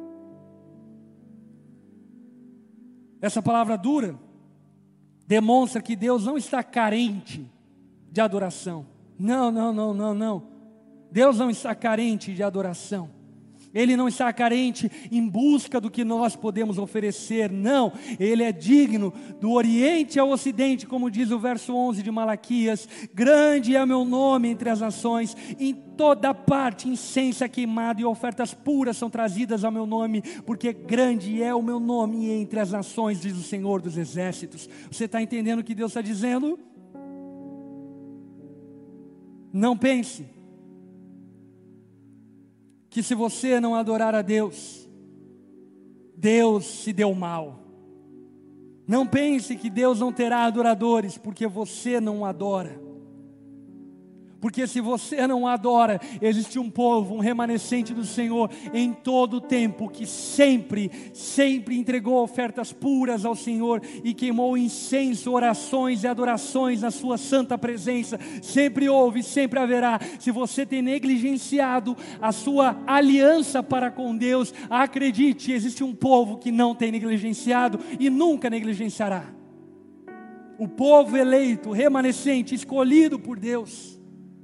A: Essa palavra dura demonstra que Deus não está carente de adoração. Não. Deus não está carente de adoração. Ele não está carente em busca do que nós podemos oferecer. Não, Ele é digno do Oriente ao Ocidente, como diz o verso 11 de Malaquias. Grande é o meu nome entre as nações, em toda parte incenso é queimado e ofertas puras são trazidas ao meu nome, porque grande é o meu nome entre as nações, diz o Senhor dos Exércitos. Você está entendendo o que Deus está dizendo? Não pense que se você não adorar a Deus, Deus se deu mal. Não pense que Deus não terá adoradores, porque você não o adora. Porque se você não adora, existe um povo, um remanescente do Senhor em todo o tempo, que sempre entregou ofertas puras ao Senhor e queimou incenso, orações e adorações na sua santa presença. Sempre houve, sempre haverá. Se você tem negligenciado a sua aliança para com Deus, acredite, existe um povo que não tem negligenciado e nunca negligenciará. O povo eleito, remanescente, escolhido por Deus.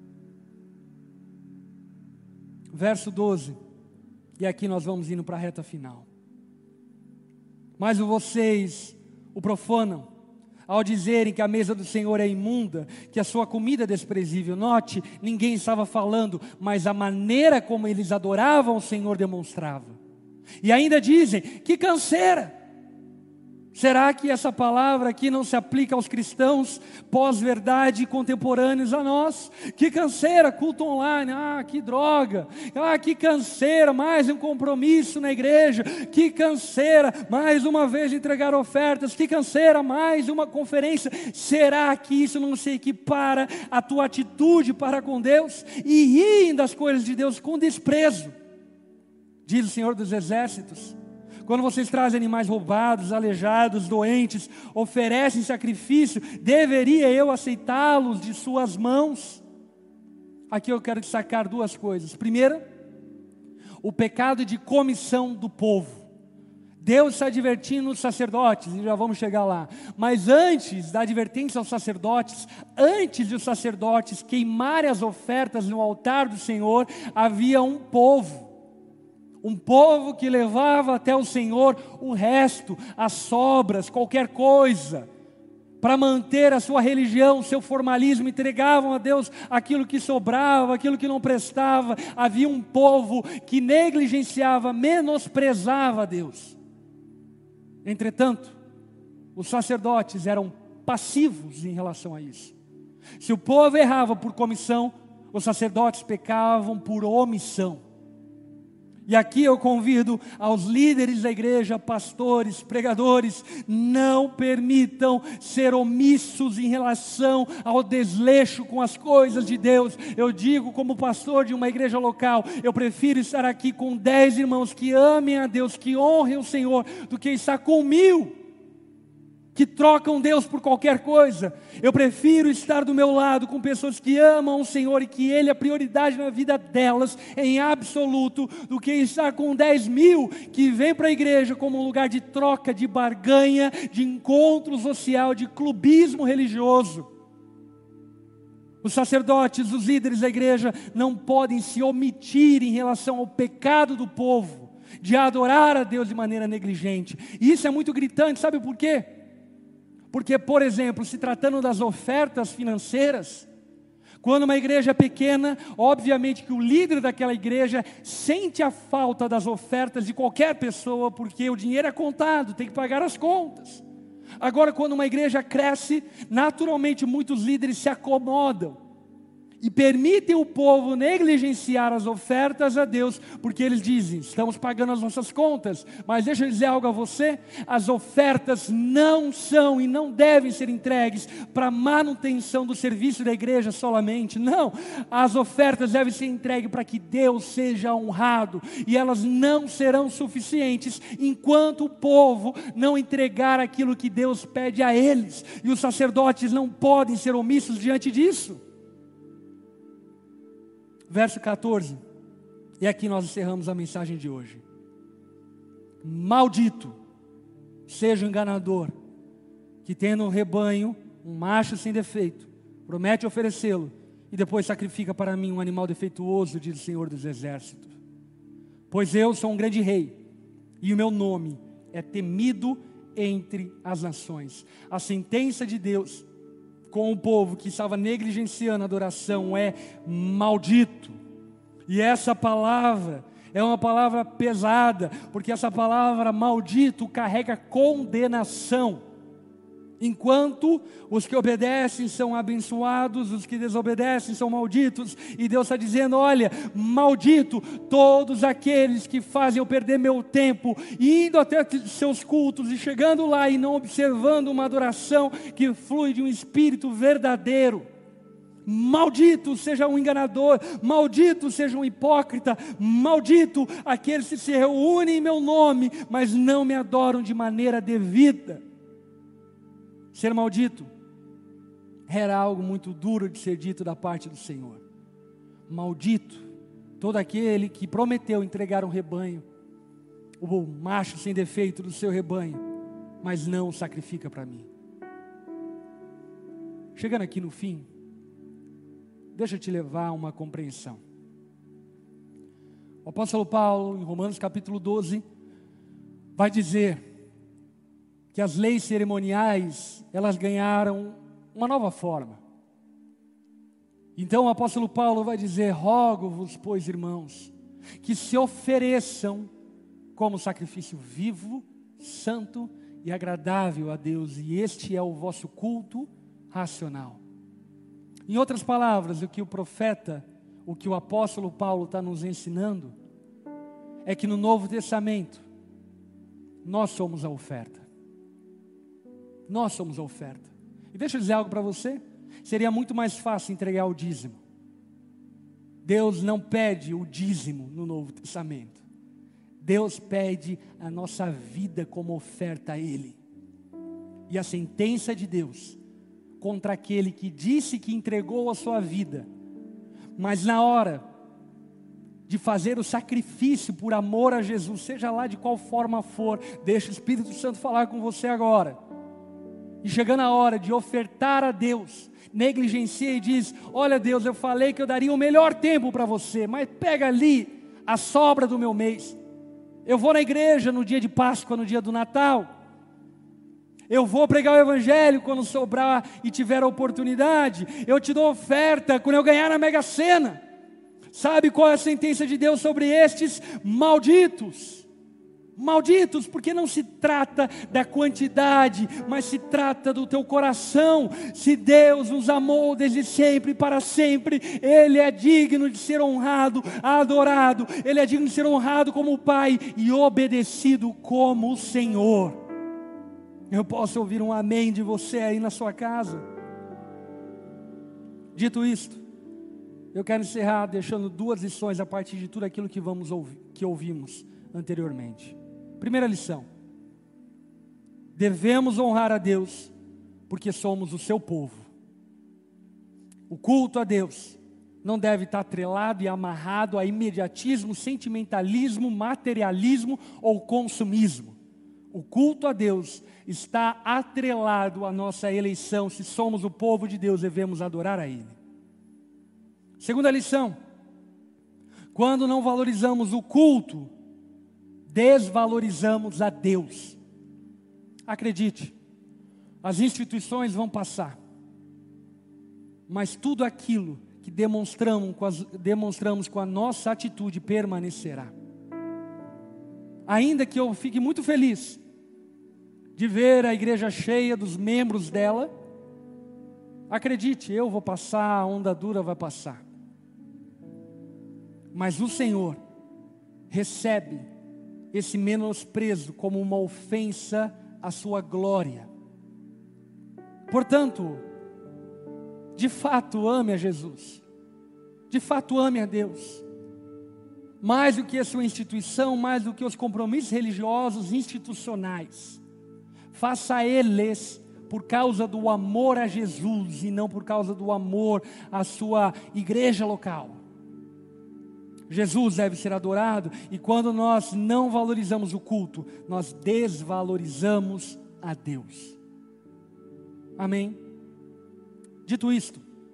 A: Verso 12, e aqui nós vamos indo para a reta final. Mas vocês o profanam, ao dizerem que a mesa do Senhor é imunda, que a sua comida é desprezível. Note, ninguém estava falando, mas a maneira como eles adoravam o Senhor demonstrava. E ainda dizem, que canseira! Será que essa palavra aqui não se aplica aos cristãos pós-verdade contemporâneos a nós? Que canseira, culto online, que droga, que canseira, mais um compromisso na igreja, que canseira, mais uma vez entregar ofertas, que canseira, mais uma conferência. Será que isso não se equipara à tua atitude para com Deus? E riem das coisas de Deus com desprezo, diz o Senhor dos Exércitos. quando vocês trazem animais roubados, aleijados, doentes, oferecem sacrifício, deveria eu aceitá-los de suas mãos? Aqui eu quero destacar duas coisas. Primeira, o pecado de comissão do povo. Deus está advertindo os sacerdotes, e já vamos chegar lá. Mas antes da advertência aos sacerdotes, antes de os sacerdotes queimarem as ofertas no altar do Senhor, havia um povo que levava até o Senhor o resto, as sobras, qualquer coisa, para manter a sua religião, o seu formalismo, entregavam a Deus aquilo que sobrava, aquilo que não prestava. Havia um povo que negligenciava, menosprezava a Deus. Entretanto, os sacerdotes eram passivos em relação a isso. Se o povo errava por comissão, os sacerdotes pecavam por omissão. E aqui eu convido aos líderes da igreja, pastores, pregadores, não permitam ser omissos em relação ao desleixo com as coisas de Deus. Eu digo como pastor de uma igreja local, eu prefiro estar aqui com 10 irmãos que amem a Deus, que honrem o Senhor, do que estar com 1000 que trocam Deus por qualquer coisa. Eu prefiro estar do meu lado com pessoas que amam o Senhor e que Ele é prioridade na vida delas, em absoluto, do que estar com 10.000 que vêm para a igreja como um lugar de troca, de barganha, de encontro social, de clubismo religioso. Os sacerdotes, os líderes da igreja não podem se omitir em relação ao pecado do povo, de adorar a Deus de maneira negligente. E isso é muito gritante, sabe por quê? Porque, por exemplo, se tratando das ofertas financeiras, quando uma igreja é pequena, obviamente que o líder daquela igreja sente a falta das ofertas de qualquer pessoa, porque o dinheiro é contado, tem que pagar as contas. Agora, quando uma igreja cresce, naturalmente muitos líderes se acomodam e permitem o povo negligenciar as ofertas a Deus, porque eles dizem, estamos pagando as nossas contas. Mas deixa eu dizer algo a você, as ofertas não são e não devem ser entregues para manutenção do serviço da igreja solamente, não. As ofertas devem ser entregues para que Deus seja honrado, e elas não serão suficientes enquanto o povo não entregar aquilo que Deus pede a eles, e os sacerdotes não podem ser omissos diante disso. Verso 14, e aqui nós encerramos a mensagem de hoje. Maldito seja o enganador, que tendo um rebanho, um macho sem defeito, promete oferecê-lo, e depois sacrifica para mim um animal defeituoso, diz o Senhor dos Exércitos. Pois eu sou um grande rei, e o meu nome é temido entre as nações. A sentença de Deus com o povo que estava negligenciando a adoração é maldito. E essa palavra é uma palavra pesada, porque essa palavra maldito carrega condenação. Enquanto os que obedecem são abençoados, os que desobedecem são malditos. E Deus está dizendo, olha, maldito todos aqueles que fazem eu perder meu tempo, indo até seus cultos e chegando lá e não observando uma adoração que flui de um espírito verdadeiro. Maldito seja um enganador, maldito seja um hipócrita, maldito aqueles que se reúnem em meu nome, mas não me adoram de maneira devida. Ser maldito era algo muito duro de ser dito da parte do Senhor. Maldito todo aquele que prometeu entregar um rebanho, o macho sem defeito do seu rebanho, mas não o sacrifica para mim. Chegando aqui no fim, deixa eu te levar a uma compreensão. O apóstolo Paulo, em Romanos capítulo 12, vai dizer que as leis cerimoniais, elas ganharam uma nova forma. Então o apóstolo Paulo vai dizer, rogo-vos, pois irmãos, que se ofereçam como sacrifício vivo, santo e agradável a Deus, e este é o vosso culto racional. Em outras palavras, o que o apóstolo Paulo está nos ensinando, é que no Novo Testamento, nós somos a oferta. Nós somos a oferta. E deixa eu dizer algo para você. Seria muito mais fácil entregar o dízimo. Deus não pede o dízimo no Novo Testamento. Deus pede a nossa vida como oferta a Ele. E a sentença de Deus contra aquele que disse que entregou a sua vida, mas na hora de fazer o sacrifício por amor a Jesus, seja lá de qual forma for, deixa o Espírito Santo falar com você agora. E chegando a hora de ofertar a Deus, negligencia e diz: olha Deus, eu falei que eu daria o melhor tempo para você, mas pega ali a sobra do meu mês. Eu vou na igreja no dia de Páscoa, no dia do Natal. Eu vou pregar o Evangelho quando sobrar e tiver a oportunidade. Eu te dou oferta quando eu ganhar na Mega Sena. Sabe qual é a sentença de Deus sobre estes? Malditos. Malditos, porque não se trata da quantidade, mas se trata do teu coração. Se Deus nos amou desde sempre e para sempre, Ele é digno de ser honrado, adorado. Ele é digno de ser honrado como o Pai e obedecido como o Senhor. Eu posso ouvir um amém de você aí na sua casa? Dito isto, eu quero encerrar deixando 2 lições a partir de tudo aquilo que ouvimos anteriormente. Primeira lição: devemos honrar a Deus porque somos o seu povo. O culto a Deus não deve estar atrelado e amarrado a imediatismo, sentimentalismo, materialismo ou consumismo. O culto a Deus está atrelado à nossa eleição. Se somos o povo de Deus, devemos adorar a Ele. Segunda lição: quando não valorizamos o culto, desvalorizamos a Deus. Acredite, as instituições vão passar, mas tudo aquilo que demonstramos com a nossa atitude permanecerá. Ainda que eu fique muito feliz de ver a igreja cheia dos membros dela, acredite, eu vou passar, a onda dura vai passar. Mas o Senhor recebe esse menosprezo como uma ofensa à sua glória. Portanto, de fato ame a Jesus, de fato ame a Deus, mais do que a sua instituição, mais do que os compromissos religiosos institucionais. Faça eles por causa do amor a Jesus e não por causa do amor à sua igreja local. Jesus deve ser adorado, e quando nós não valorizamos o culto, nós desvalorizamos a Deus. Amém? Dito isto,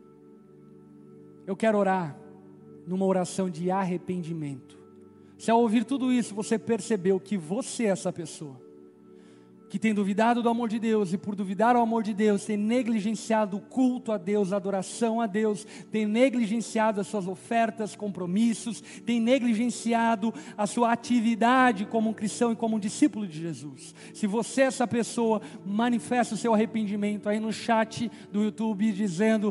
A: eu quero orar numa oração de arrependimento. Se ao ouvir tudo isso você percebeu que você é essa pessoa que tem duvidado do amor de Deus, e por duvidar do amor de Deus tem negligenciado o culto a Deus, a adoração a Deus, tem negligenciado as suas ofertas, compromissos, tem negligenciado a sua atividade como um cristão e como um discípulo de Jesus. Se você é essa pessoa, manifesta o seu arrependimento aí no chat do YouTube dizendo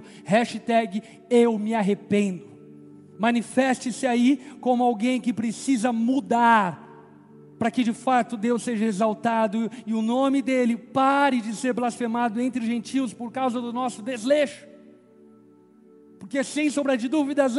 A: #eu-me-arrependo. Manifeste-se aí como alguém que precisa mudar, para que de fato Deus seja exaltado e o nome dEle pare de ser blasfemado entre os gentios por causa do nosso desleixo. Porque sem sombra de dúvidas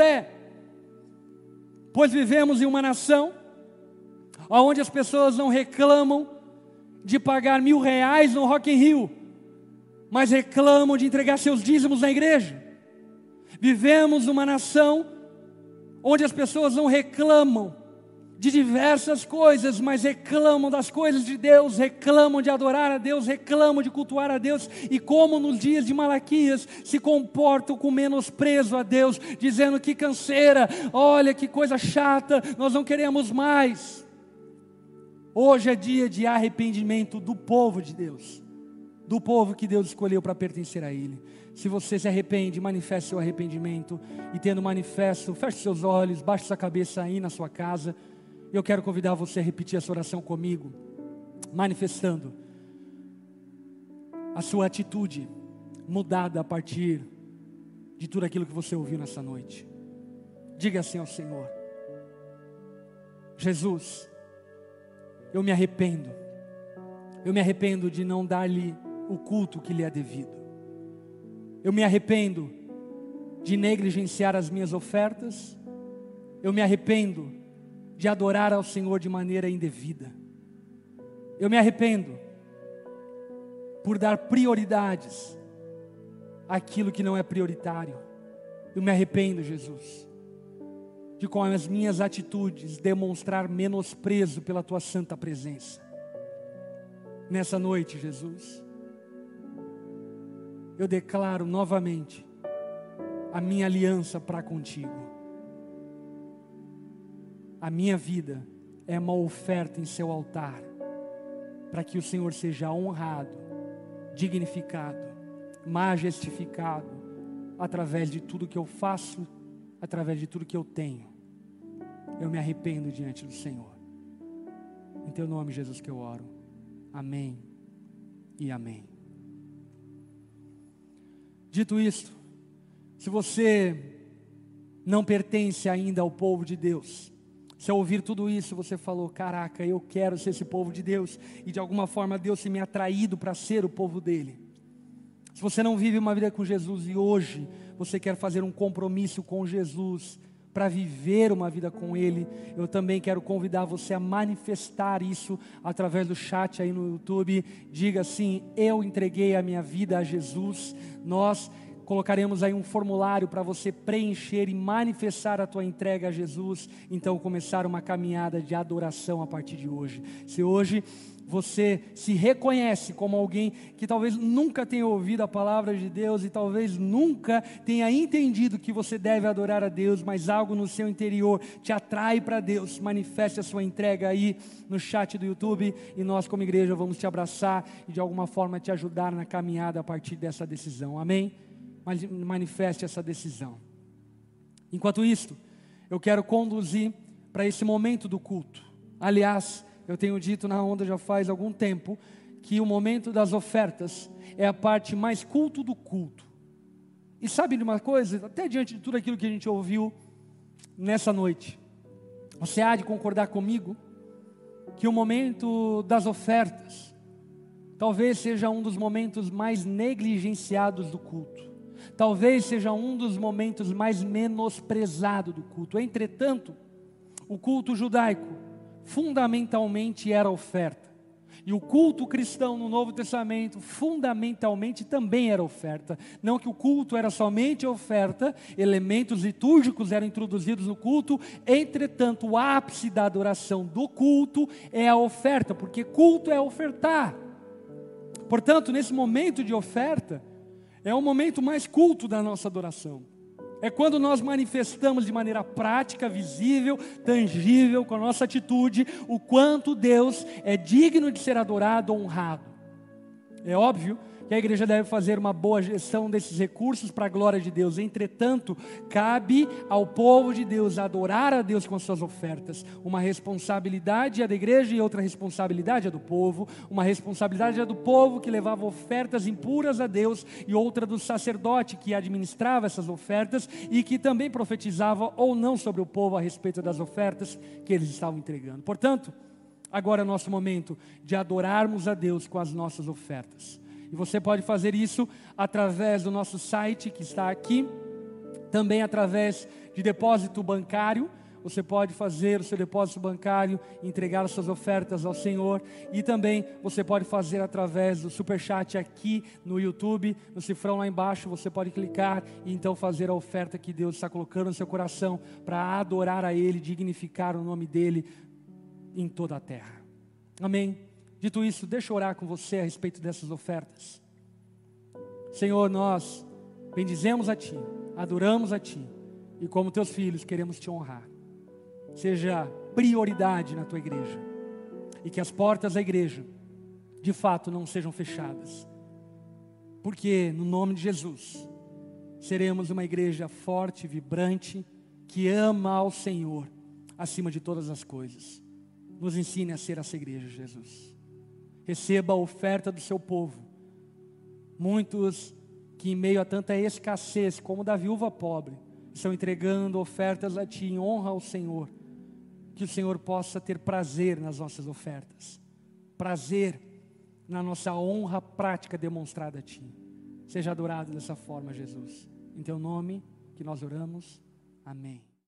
A: pois vivemos em uma nação onde as pessoas não reclamam de pagar R$1.000 no Rock in Rio, mas reclamam de entregar seus dízimos na igreja. Vivemos numa nação onde as pessoas não reclamam de diversas coisas, mas reclamam das coisas de Deus, reclamam de adorar a Deus, reclamam de cultuar a Deus, e como nos dias de Malaquias, se comportam com menosprezo a Deus, dizendo que canseira, olha que coisa chata, nós não queremos mais. Hoje é dia de arrependimento do povo de Deus, do povo que Deus escolheu para pertencer a Ele. Se você se arrepende, manifeste seu arrependimento, e tendo manifesto, feche seus olhos, baixe sua cabeça aí na sua casa. Eu quero convidar você a repetir essa oração comigo, manifestando a sua atitude mudada a partir de tudo aquilo que você ouviu nessa noite. Diga assim ao Senhor: Jesus, eu me arrependo de não dar-lhe o culto que lhe é devido. Eu me arrependo de negligenciar as minhas ofertas. Eu me arrependo de adorar ao Senhor de maneira indevida. Eu me arrependo por dar prioridades àquilo que não é prioritário. Eu me arrependo, Jesus, de com as minhas atitudes demonstrar menosprezo pela Tua santa presença. Nessa noite, Jesus, eu declaro novamente a minha aliança para contigo. A minha vida é uma oferta em seu altar, para que o Senhor seja honrado, dignificado, majestificado, através de tudo que eu faço, através de tudo que eu tenho. Eu me arrependo diante do Senhor. Em Teu nome, Jesus, que eu oro. Amém e amém. Dito isto, se você não pertence ainda ao povo de Deus, se ao ouvir tudo isso você falou, caraca, eu quero ser esse povo de Deus, e de alguma forma Deus se me atraído para ser o povo dele. Se você não vive uma vida com Jesus e hoje você quer fazer um compromisso com Jesus, para viver uma vida com Ele, eu também quero convidar você a manifestar isso através do chat aí no YouTube. Diga assim: eu entreguei a minha vida a Jesus. Nós colocaremos aí um formulário para você preencher e manifestar a tua entrega a Jesus. Então começar uma caminhada de adoração a partir de hoje. Se hoje você se reconhece como alguém que talvez nunca tenha ouvido a palavra de Deus e talvez nunca tenha entendido que você deve adorar a Deus, mas algo no seu interior te atrai para Deus, manifeste a sua entrega aí no chat do YouTube, e nós como igreja vamos te abraçar e de alguma forma te ajudar na caminhada a partir dessa decisão, amém? Mas manifeste essa decisão. Enquanto isto, eu quero conduzir para esse momento do culto. Aliás, eu tenho dito na onda já faz algum tempo que o momento das ofertas é a parte mais culto do culto. E sabe de uma coisa? Até diante de tudo aquilo que a gente ouviu nessa noite, você há de concordar comigo que o momento das ofertas talvez seja um dos momentos mais negligenciados do culto. Talvez seja um dos momentos mais menosprezados do culto. Entretanto, o culto judaico fundamentalmente era oferta. E o culto cristão no Novo Testamento fundamentalmente também era oferta. Não que o culto era somente oferta, elementos litúrgicos eram introduzidos no culto. Entretanto, o ápice da adoração do culto é a oferta, porque culto é ofertar. Portanto, nesse momento de oferta, é o momento mais culto da nossa adoração. É quando nós manifestamos de maneira prática, visível, tangível, com a nossa atitude, o quanto Deus é digno de ser adorado, honrado. É óbvio que a igreja deve fazer uma boa gestão desses recursos para a glória de Deus. Entretanto, cabe ao povo de Deus adorar a Deus com as suas ofertas. Uma responsabilidade é da igreja e outra responsabilidade é do povo. Uma responsabilidade é do povo que levava ofertas impuras a Deus, e outra do sacerdote que administrava essas ofertas e que também profetizava ou não sobre o povo a respeito das ofertas que eles estavam entregando. Portanto, agora é o nosso momento de adorarmos a Deus com as nossas ofertas. E você pode fazer isso através do nosso site que está aqui, também através de depósito bancário. Você pode fazer o seu depósito bancário, entregar as suas ofertas ao Senhor, e também você pode fazer através do superchat aqui no YouTube, no cifrão lá embaixo. Você pode clicar e então fazer a oferta que Deus está colocando no seu coração para adorar a Ele, dignificar o nome dEle em toda a terra. Amém? Dito isso, deixa eu orar com você a respeito dessas ofertas. Senhor, nós bendizemos a Ti, adoramos a Ti, e como Teus filhos queremos Te honrar. Seja prioridade na Tua igreja, e que as portas da igreja de fato não sejam fechadas, porque no nome de Jesus seremos uma igreja forte, vibrante, que ama ao Senhor acima de todas as coisas. Nos ensine a ser essa igreja, Jesus. Receba a oferta do seu povo. Muitos que em meio a tanta escassez, como da viúva pobre, estão entregando ofertas a Ti em honra ao Senhor. Que o Senhor possa ter prazer nas nossas ofertas, prazer na nossa honra prática demonstrada a Ti. Seja adorado dessa forma, Jesus. Em Teu nome que nós oramos. Amém.